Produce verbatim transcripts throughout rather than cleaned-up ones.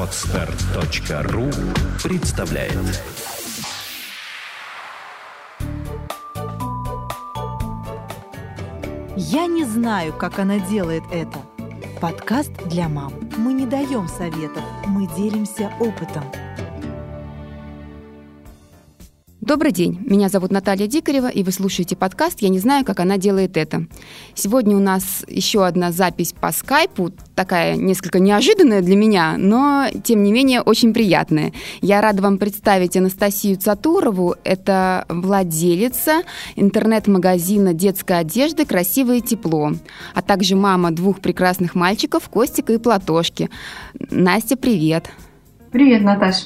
Подстер точка ру представляет. Я не знаю, как она делает это. Подкаст для мам. Мы не даем советов, мы делимся опытом. Добрый день, меня зовут Наталья Дикарева, и вы слушаете подкаст «Я не знаю, как она делает это». Сегодня у нас еще одна запись по скайпу, такая несколько неожиданная для меня, но, тем не менее, очень приятная. Я рада вам представить Анастасию Цатурову. Это владелица интернет-магазина детской одежды «Красиво и тепло», а также мама двух прекрасных мальчиков, Костика и Платошки. Настя, привет. Привет, Наташа.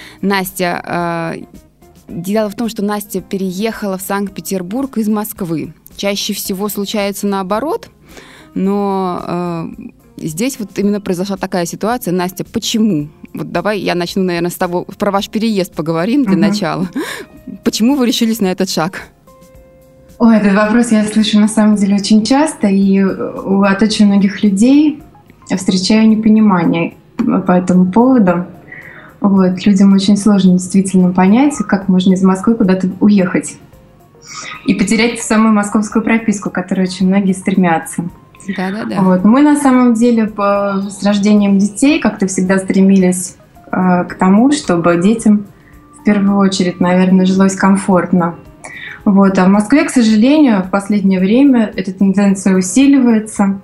Настя, э- Дело в том, что Настя переехала в Санкт-Петербург из Москвы. Чаще всего случается наоборот, но э, здесь вот именно произошла такая ситуация. Настя, почему? Вот давай я начну, наверное, с того, про ваш переезд поговорим для uh-huh. начала. Почему вы решились на этот шаг? Ой, этот вопрос я слышу на самом деле очень часто, и от очень многих людей встречаю непонимание по этому поводу. Вот, людям очень сложно действительно понять, как можно из Москвы куда-то уехать и потерять ту самую московскую прописку, к которой очень многие стремятся. Да-да-да. Вот. Мы на самом деле по, с рождением детей как-то всегда стремились э, к тому, чтобы детям в первую очередь, наверное, жилось комфортно. Вот. А в Москве, к сожалению, в последнее время эта тенденция усиливается.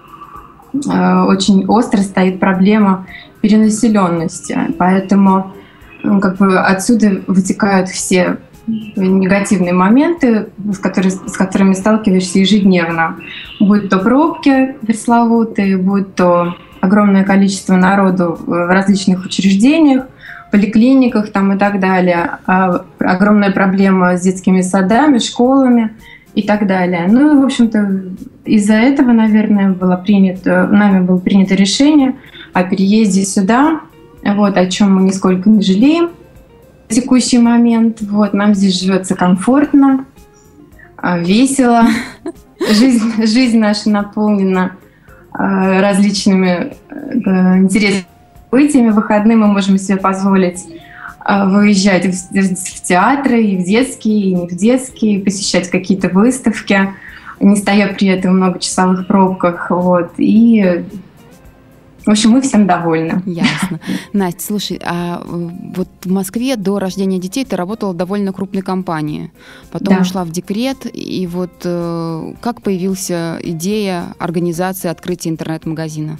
Э, очень остро стоит проблема перенаселенности. Поэтому ну, как бы отсюда вытекают все негативные моменты, с, которые, с которыми сталкиваешься ежедневно. Будь то пробки пресловутые, будь то огромное количество народу в различных учреждениях, поликлиниках там, и так далее. А огромная проблема с детскими садами, школами и так далее. Ну и, в общем-то, из-за этого, наверное, было принято, нами было принято решение о переезде сюда, вот, о чем мы нисколько не жалеем в текущий момент. Вот, нам здесь живется комфортно, весело. Жизнь, жизнь наша наполнена различными интересными событиями. В выходные мы можем себе позволить выезжать в, в театры, и в детские, и не в детские, посещать какие-то выставки, не стоя при этом в многочасовых пробках. Вот, и в общем, мы всем довольны. Ясно. Настя, слушай, а вот в Москве до рождения детей ты работала в довольно крупной компании, потом да. ушла в декрет, и вот э, как появилась идея организации открытия интернет-магазина?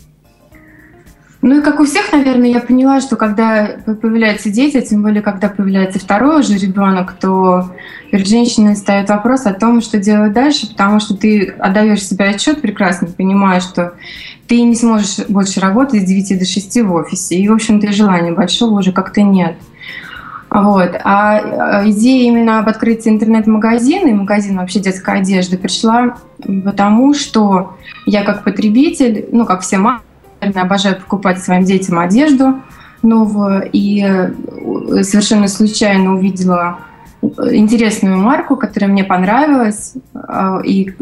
Ну и как у всех, наверное, я поняла, что когда появляются дети, тем более когда появляется второй уже ребенок, то перед женщиной стоит вопрос о том, что делать дальше, потому что ты отдаешь себе отчет прекрасно, понимаешь, что ты не сможешь больше работать с девяти до шести в офисе, и, в общем-то, и желания большого уже как-то нет. Вот. А идея именно об открытии интернет-магазина и магазина вообще детской одежды пришла потому, что я как потребитель, ну, как все мамы, обожаю покупать своим детям одежду новую, и совершенно случайно увидела интересную марку, которая мне понравилась, и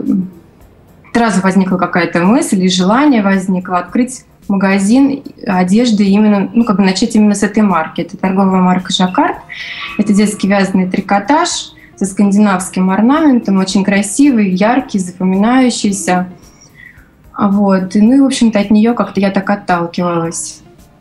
сразу возникла какая-то мысль и желание возникло открыть магазин одежды именно, ну, как бы начать именно с этой марки. Это торговая марка «Жаккард». Это детский вязаный трикотаж со скандинавским орнаментом, очень красивый, яркий, запоминающийся. Вот. И, ну и, в общем-то, от нее как-то я так отталкивалась.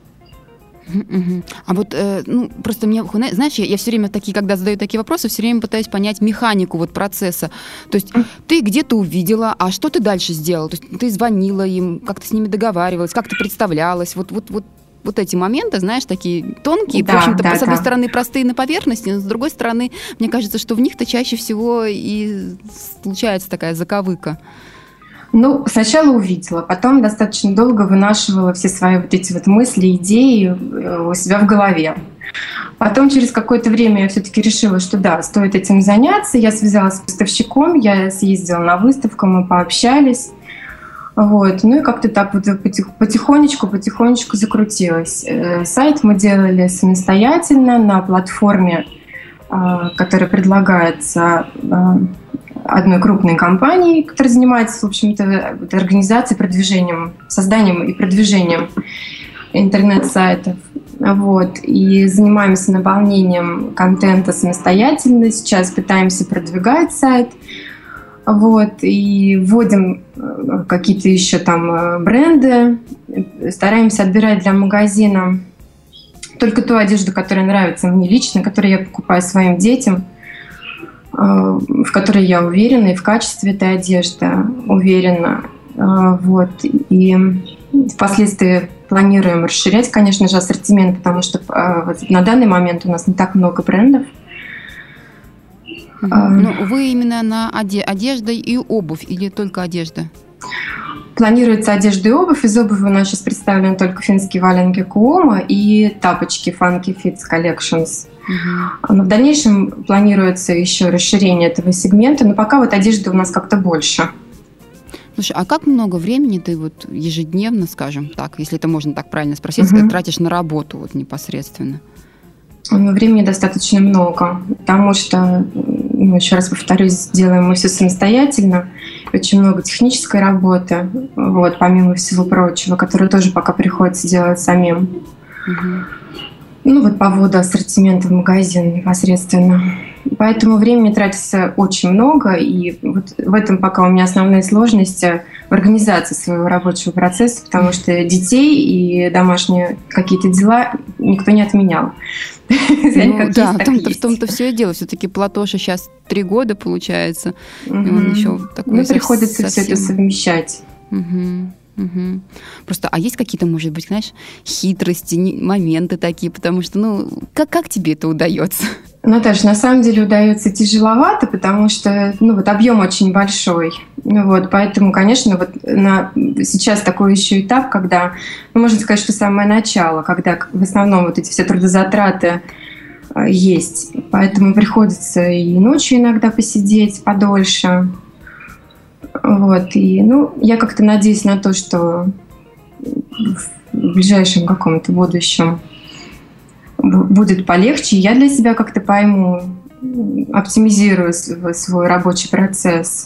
Uh-huh. А вот, э, ну, просто мне, знаешь, я, я все время такие, когда задаю такие вопросы, все время пытаюсь понять механику вот процесса. То есть uh-huh. ты где-то увидела, а что ты дальше сделала? То есть ты звонила им, как ты с ними договаривалась, как ты представлялась? Вот, вот, вот, вот эти моменты, знаешь, такие тонкие, да, в общем-то, да, с одной да. стороны, простые на поверхности, но с другой стороны, мне кажется, что в них-то чаще всего и случается такая заковыка. Ну, сначала увидела, потом достаточно долго вынашивала все свои вот эти вот мысли, идеи у себя в голове. Потом через какое-то время я все-таки решила, что да, стоит этим заняться. Я связалась с поставщиком, я съездила на выставку, мы пообщались. Вот. Ну и как-то так вот потихонечку, потихонечку закрутилось. Сайт мы делали самостоятельно на платформе, которая предлагается одной крупной компании, которая занимается, в общем-то, организацией, продвижением, созданием и продвижением интернет-сайтов. Вот, и занимаемся наполнением контента самостоятельно. Сейчас пытаемся продвигать сайт. Вот, и вводим какие-то еще там бренды. Стараемся отбирать для магазина только ту одежду, которая нравится мне лично, которую я покупаю своим детям, в которой я уверена, и в качестве этой одежды уверена. Вот, и впоследствии планируем расширять, конечно же, ассортимент, потому что вот на данный момент у нас не так много брендов. Ну, вы именно на одежда и обувь или только одежда? Планируется одежда и обувь. Из обуви у нас сейчас представлены только финские валенки Куома и тапочки Funky Fits Collections. Uh-huh. Но в дальнейшем планируется еще расширение этого сегмента, но пока вот одежды у нас как-то больше. Слушай, а как много времени ты вот ежедневно, скажем так, если это можно так правильно спросить, Uh-huh. тратишь на работу вот непосредственно? Времени достаточно много, потому что, ну, еще раз повторюсь, делаем мы все самостоятельно. Очень много технической работы, вот, помимо всего прочего, которую тоже пока приходится делать самим. Uh-huh. Ну, вот по вводу ассортимента в магазин непосредственно. Поэтому времени тратится очень много, и вот в этом пока у меня основные сложности в организации своего рабочего процесса, потому что детей и домашние какие-то дела никто не отменял. Ну, да, в том-то все и дело. Все-таки Платоша сейчас три года, получается, и он еще такой. Ну, приходится все это совмещать. Угу. Просто, а есть какие-то, может быть, знаешь, хитрости, моменты такие, потому что, ну, как, как тебе это удается? Наташа, на самом деле удается тяжеловато, потому что, ну, вот объем очень большой. Вот, поэтому, конечно, вот на, сейчас такой еще этап, когда, ну, можно сказать, что самое начало, когда в основном вот эти все трудозатраты есть. Поэтому приходится и ночью иногда посидеть подольше. Вот, и, ну, я как-то надеюсь на то, что в ближайшем каком-то будущем будет полегче, и я для себя как-то пойму, оптимизирую свой рабочий процесс,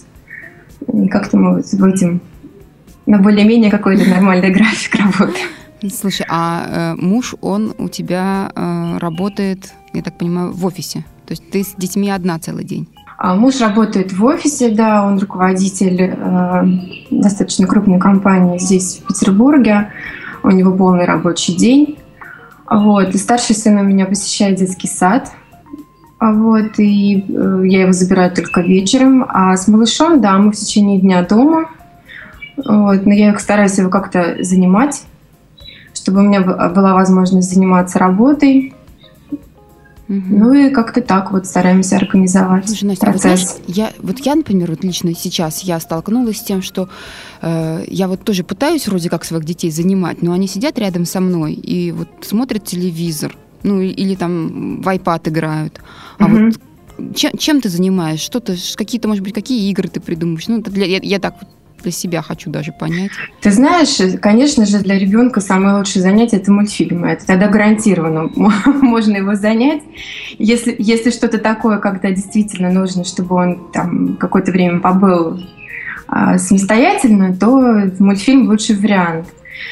и как-то мы выйдем на более-менее какой-то нормальный график работы. Слушай, а э, муж, он у тебя э, работает, я так понимаю, в офисе? То есть ты с детьми одна целый день? А муж работает в офисе, да, он руководитель э, достаточно крупной компании здесь, в Петербурге. У него полный рабочий день. Вот. И старший сын у меня посещает детский сад. Вот. И э, я его забираю только вечером. А с малышом, да, мы в течение дня дома. Вот. Но я стараюсь его как-то занимать, чтобы у меня была возможность заниматься работой. Угу. Ну и как-то так вот стараемся организовать. Слушай, Настя, процесс. Вот, знаешь, я, вот я, например, вот лично сейчас я столкнулась с тем, что э, я вот тоже пытаюсь вроде как своих детей занимать, но они сидят рядом со мной и вот смотрят телевизор, ну или там в iPad играют. А угу. вот чем, чем ты занимаешь? Что-то, какие-то, может быть, какие игры ты придумаешь? Ну, для, я, я так вот для себя хочу даже понять. Ты знаешь, конечно же, для ребенка самое лучшее занятие – это мультфильмы. Это тогда гарантированно можно его занять. Если, если что-то такое, когда действительно нужно, чтобы он там какое-то время побыл а, самостоятельно, то мультфильм – лучший вариант.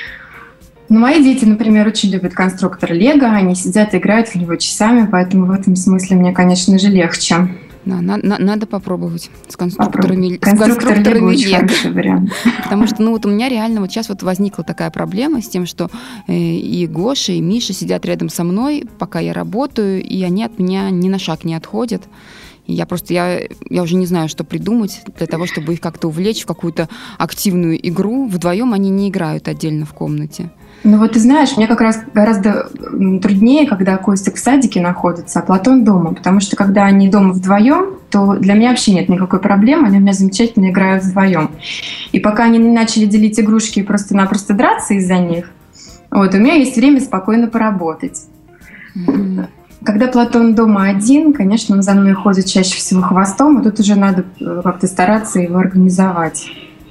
Но мои дети, например, очень любят конструктор Лего. Они сидят и играют в него часами, поэтому в этом смысле мне, конечно же, легче. Да, на, на, надо попробовать с конструкторами, Конструктор с конструкторами Лего. Потому что, ну, вот у меня реально вот сейчас вот возникла такая проблема с тем, что э, и Гоша, и Миша сидят рядом со мной, пока я работаю, и они от меня ни на шаг не отходят. И я просто, я, я уже не знаю, что придумать для того, чтобы их как-то увлечь в какую-то активную игру. Вдвоем они не играют отдельно в комнате. Ну вот ты знаешь, мне как раз гораздо труднее, когда Костик в садике находится, а Платон дома. Потому что когда они дома вдвоем, то для меня вообще нет никакой проблемы, они у меня замечательно играют вдвоем. И пока они не начали делить игрушки и просто-напросто драться из-за них, вот, у меня есть время спокойно поработать. Mm-hmm. Когда Платон дома один, конечно, он за мной ходит чаще всего хвостом, и тут уже надо как-то стараться его организовать.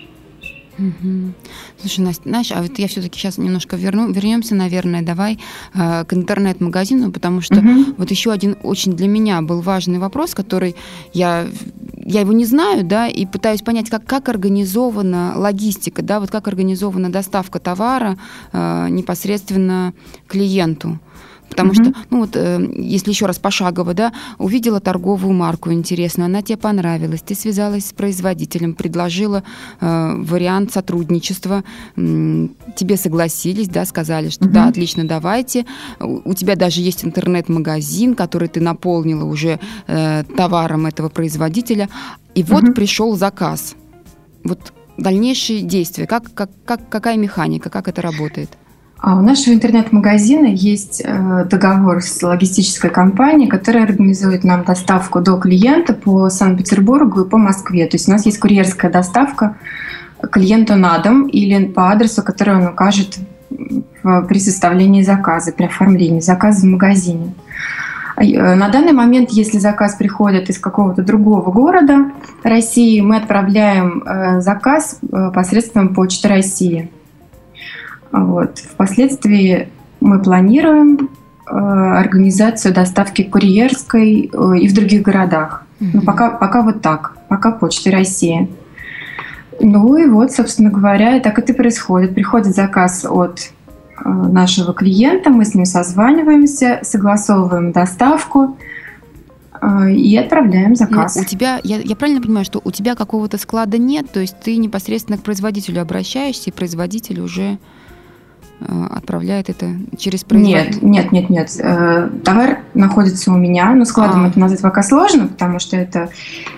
Угу. Слушай, Настя, знаешь, а вот я все-таки сейчас немножко верну, вернемся, наверное, давай э, к интернет-магазину, потому что угу. вот еще один очень для меня был важный вопрос, который я я его не знаю, да, и пытаюсь понять, как, как организована логистика, да, вот как организована доставка товара э, непосредственно клиенту. Потому mm-hmm. что, ну вот, э, если еще раз пошагово, да, увидела торговую марку интересную, она тебе понравилась, ты связалась с производителем, предложила э, вариант сотрудничества, э, тебе согласились, да, сказали, что mm-hmm. да, отлично, давайте. У, у тебя даже есть интернет-магазин, который ты наполнила уже э, товаром этого производителя, и mm-hmm. вот пришел заказ. Вот дальнейшие действия, как, как, как, какая механика, как это работает? А у нашего интернет-магазина есть договор с логистической компанией, которая организует нам доставку до клиента по Санкт-Петербургу и по Москве. То есть у нас есть курьерская доставка клиенту на дом или по адресу, который он укажет при составлении заказа, при оформлении заказа в магазине. На данный момент, если заказ приходит из какого-то другого города России, мы отправляем заказ посредством Почты России. Вот. Впоследствии мы планируем э, организацию доставки курьерской э, и в других городах. Mm-hmm. Но пока, пока вот так, пока Почтой России. Ну и вот, собственно говоря, так это и происходит. Приходит заказ от э, нашего клиента, мы с ним созваниваемся, согласовываем доставку э, и отправляем заказ. Но у тебя, я, я правильно понимаю, что у тебя какого-то склада нет, то есть ты непосредственно к производителю обращаешься, и производитель уже отправляет это через производителя? Нет, нет, нет, нет. Товар находится у меня, но складом а. это назвать пока сложно, потому что это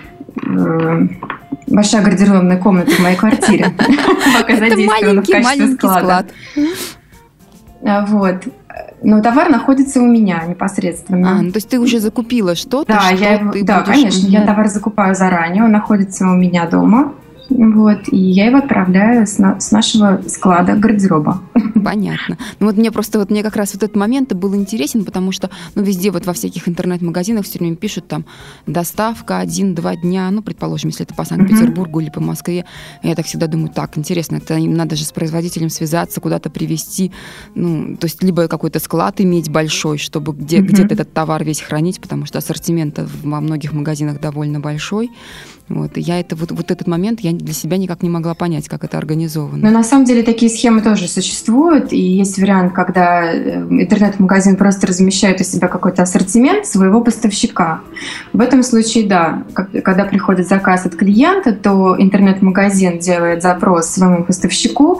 большая гардеробная комната в моей квартире. Это маленький, маленький склад. Вот. Но товар находится у меня непосредственно. А, ну, то есть ты уже закупила что-то? Да, что я, ты да будешь... конечно. Я товар закупаю заранее, он находится у меня дома. Вот, и я его отправляю с, на, с нашего склада гардероба. Понятно. Ну вот мне просто вот мне как раз вот этот момент был интересен, потому что ну, везде вот во всяких интернет-магазинах все время пишут там доставка один-два дня, ну, предположим, если это по Санкт-Петербургу uh-huh. или по Москве. Я так всегда думаю, так, интересно, это им надо же с производителем связаться, куда-то привезти, ну, то есть либо какой-то склад иметь большой, чтобы где, uh-huh. где-то этот товар весь хранить, потому что ассортимент во многих магазинах довольно большой. Вот, и я это, вот, вот этот момент я для себя никак не могла понять, как это организовано. Но на самом деле такие схемы тоже существуют, и есть вариант, когда интернет-магазин просто размещает у себя какой-то ассортимент своего поставщика. В этом случае, да, когда приходит заказ от клиента, то интернет-магазин делает запрос своему поставщику,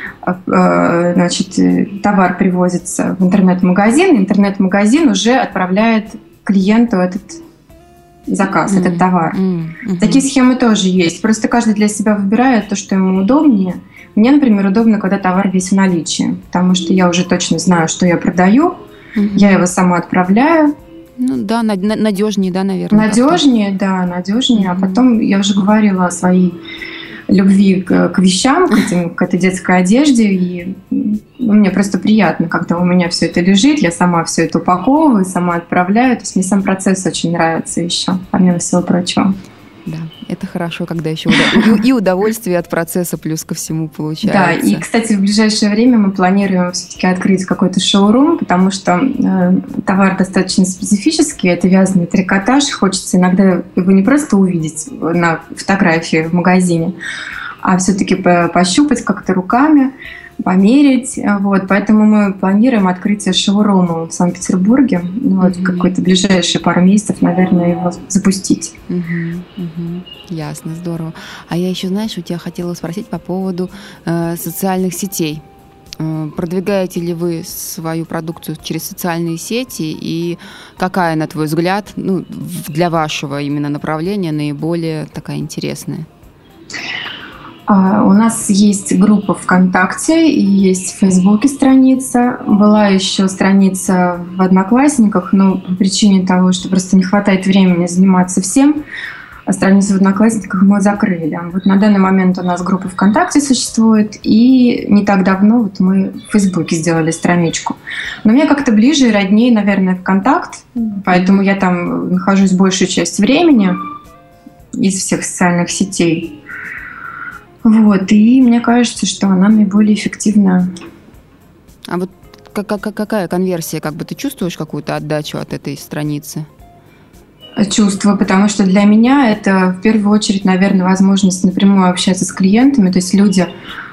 значит, товар привозится в интернет-магазин, интернет-магазин уже отправляет клиенту этот заказ, mm-hmm. этот товар. Mm-hmm. Такие схемы тоже есть. Просто каждый для себя выбирает то, что ему удобнее. Мне, например, удобно, когда товар весь в наличии, потому что я уже точно знаю, что я продаю, mm-hmm. я его сама отправляю. Ну да, надежнее, да, наверное. Надежнее, да, надежнее. Mm-hmm. А потом я уже говорила о своей любви к, к вещам, к, этим, к этой детской одежде. И ну, мне просто приятно, когда у меня все это лежит, я сама все это упаковываю, сама отправляю. То есть мне сам процесс очень нравится еще, помимо всего прочего. Да, это хорошо, когда еще и удовольствие от процесса плюс ко всему получается. Да, и, кстати, в ближайшее время мы планируем все-таки открыть какой-то шоурум, потому что э, товар достаточно специфический, это вязаный трикотаж, хочется иногда его не просто увидеть на фотографии в магазине, а все-таки пощупать как-то руками, померить. Вот. Поэтому мы планируем открытие шоурума в Санкт-Петербурге. Вот, mm-hmm. какой-то ближайшие пару месяцев, наверное, его запустить. Mm-hmm. Mm-hmm. Ясно, здорово. А я еще, знаешь, у тебя хотела спросить по поводу э, социальных сетей. Э, продвигаете ли вы свою продукцию через социальные сети? И какая, на твой взгляд, ну, для вашего именно направления наиболее такая интересная? У нас есть группа ВКонтакте и есть в Фейсбуке страница. Была еще страница в Одноклассниках, но по причине того, что просто не хватает времени заниматься всем, страницу в Одноклассниках мы закрыли. Вот на данный момент у нас группа ВКонтакте существует, и не так давно вот мы в Фейсбуке сделали страничку. Но мне как-то ближе и роднее, наверное, ВКонтакт, поэтому я там нахожусь большую часть времени из всех социальных сетей. Вот, и мне кажется, что она наиболее эффективна. А вот какая конверсия? Как бы ты чувствуешь какую-то отдачу от этой страницы? чувства, потому что для меня это в первую очередь, наверное, возможность напрямую общаться с клиентами, то есть люди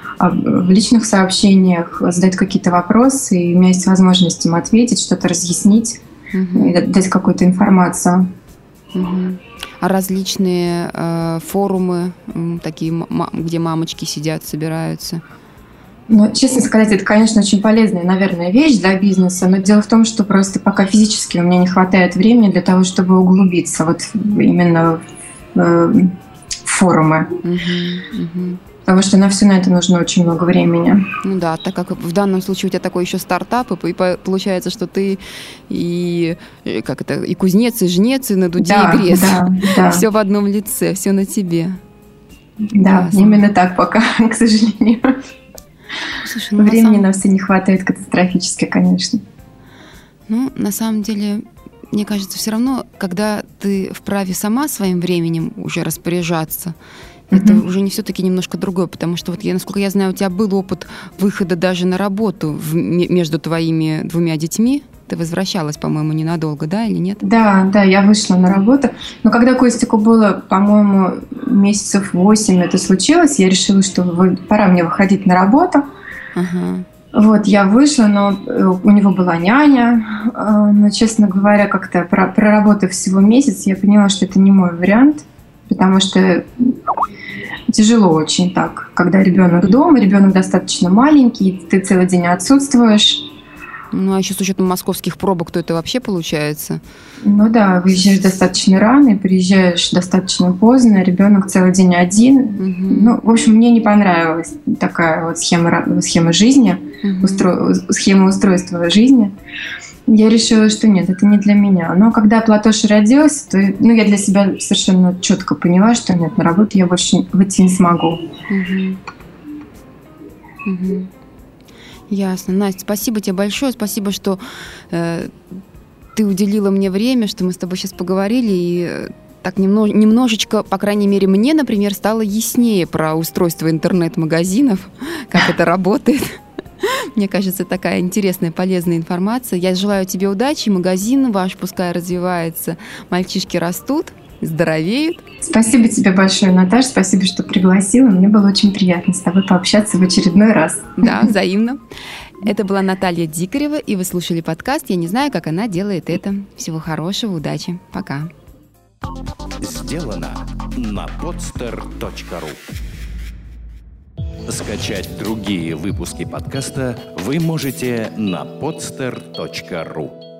в личных сообщениях задают какие-то вопросы, и у меня есть возможность им ответить, что-то разъяснить, uh-huh. дать какую-то информацию. Uh-huh. А различные э, форумы, э, такие, м- где мамочки сидят, собираются? Ну, честно сказать, это, конечно, очень полезная, наверное, вещь для бизнеса, но дело в том, что просто пока физически у меня не хватает времени для того, чтобы углубиться вот именно в, в форумы. Uh-huh. Uh-huh. Потому что на все на это нужно очень много времени. Ну да, так как в данном случае у тебя такой еще стартап, и получается, что ты и как это, и кузнец, и жнец, и на дуде, да, и грец. Да, да. Все в одном лице, все на тебе. Да, Ясно. Именно так пока, к сожалению. Слушай, ну, времени на, самом... на все не хватает катастрофически, конечно. Ну, на самом деле, мне кажется, все равно, когда ты вправе сама своим временем уже распоряжаться, это mm-hmm. уже не все-таки немножко другое, потому что, вот я, насколько я знаю, у тебя был опыт выхода даже на работу в, между твоими двумя детьми. Ты возвращалась, по-моему, ненадолго, да, или нет? Да, да, я вышла на работу. Но когда Костику было, по-моему, месяцев восемь это случилось, я решила, что пора мне выходить на работу. Ага. Вот, я вышла, но у него была няня. Но, честно говоря, как-то проработав всего месяц, я поняла, что это не мой вариант, потому что тяжело очень так, когда ребенок дома, ребенок достаточно маленький, ты целый день отсутствуешь. Ну, а еще с учетом московских пробок, то это вообще получается? Ну да, выезжаешь достаточно рано, приезжаешь достаточно поздно, ребенок целый день один. Угу. Ну, в общем, мне не понравилась такая вот схема, схема жизни, угу. устро, схема устройства жизни. Я решила, что нет, это не для меня. Но когда Платоша родился, то ну, я для себя совершенно четко поняла, что нет, на работу я больше выйти не смогу. Угу. Угу. Ясно. Настя, спасибо тебе большое. Спасибо, что э, ты уделила мне время, что мы с тобой сейчас поговорили. И э, так немного, немножечко, по крайней мере, мне, например, стало яснее про устройство интернет-магазинов, как это работает. Мне кажется, такая интересная, полезная информация. Я желаю тебе удачи. Магазин ваш пускай развивается. Мальчишки растут, здоровеют. Спасибо тебе большое, Наташа. Спасибо, что пригласила. Мне было очень приятно с тобой пообщаться в очередной раз. Да, взаимно. Это была Наталья Дикарева, и вы слушали подкаст «Я не знаю, как она делает это». Всего хорошего, удачи. Пока. Сделано на podster точка ру. Скачать другие выпуски подкаста вы можете на podster точка ру.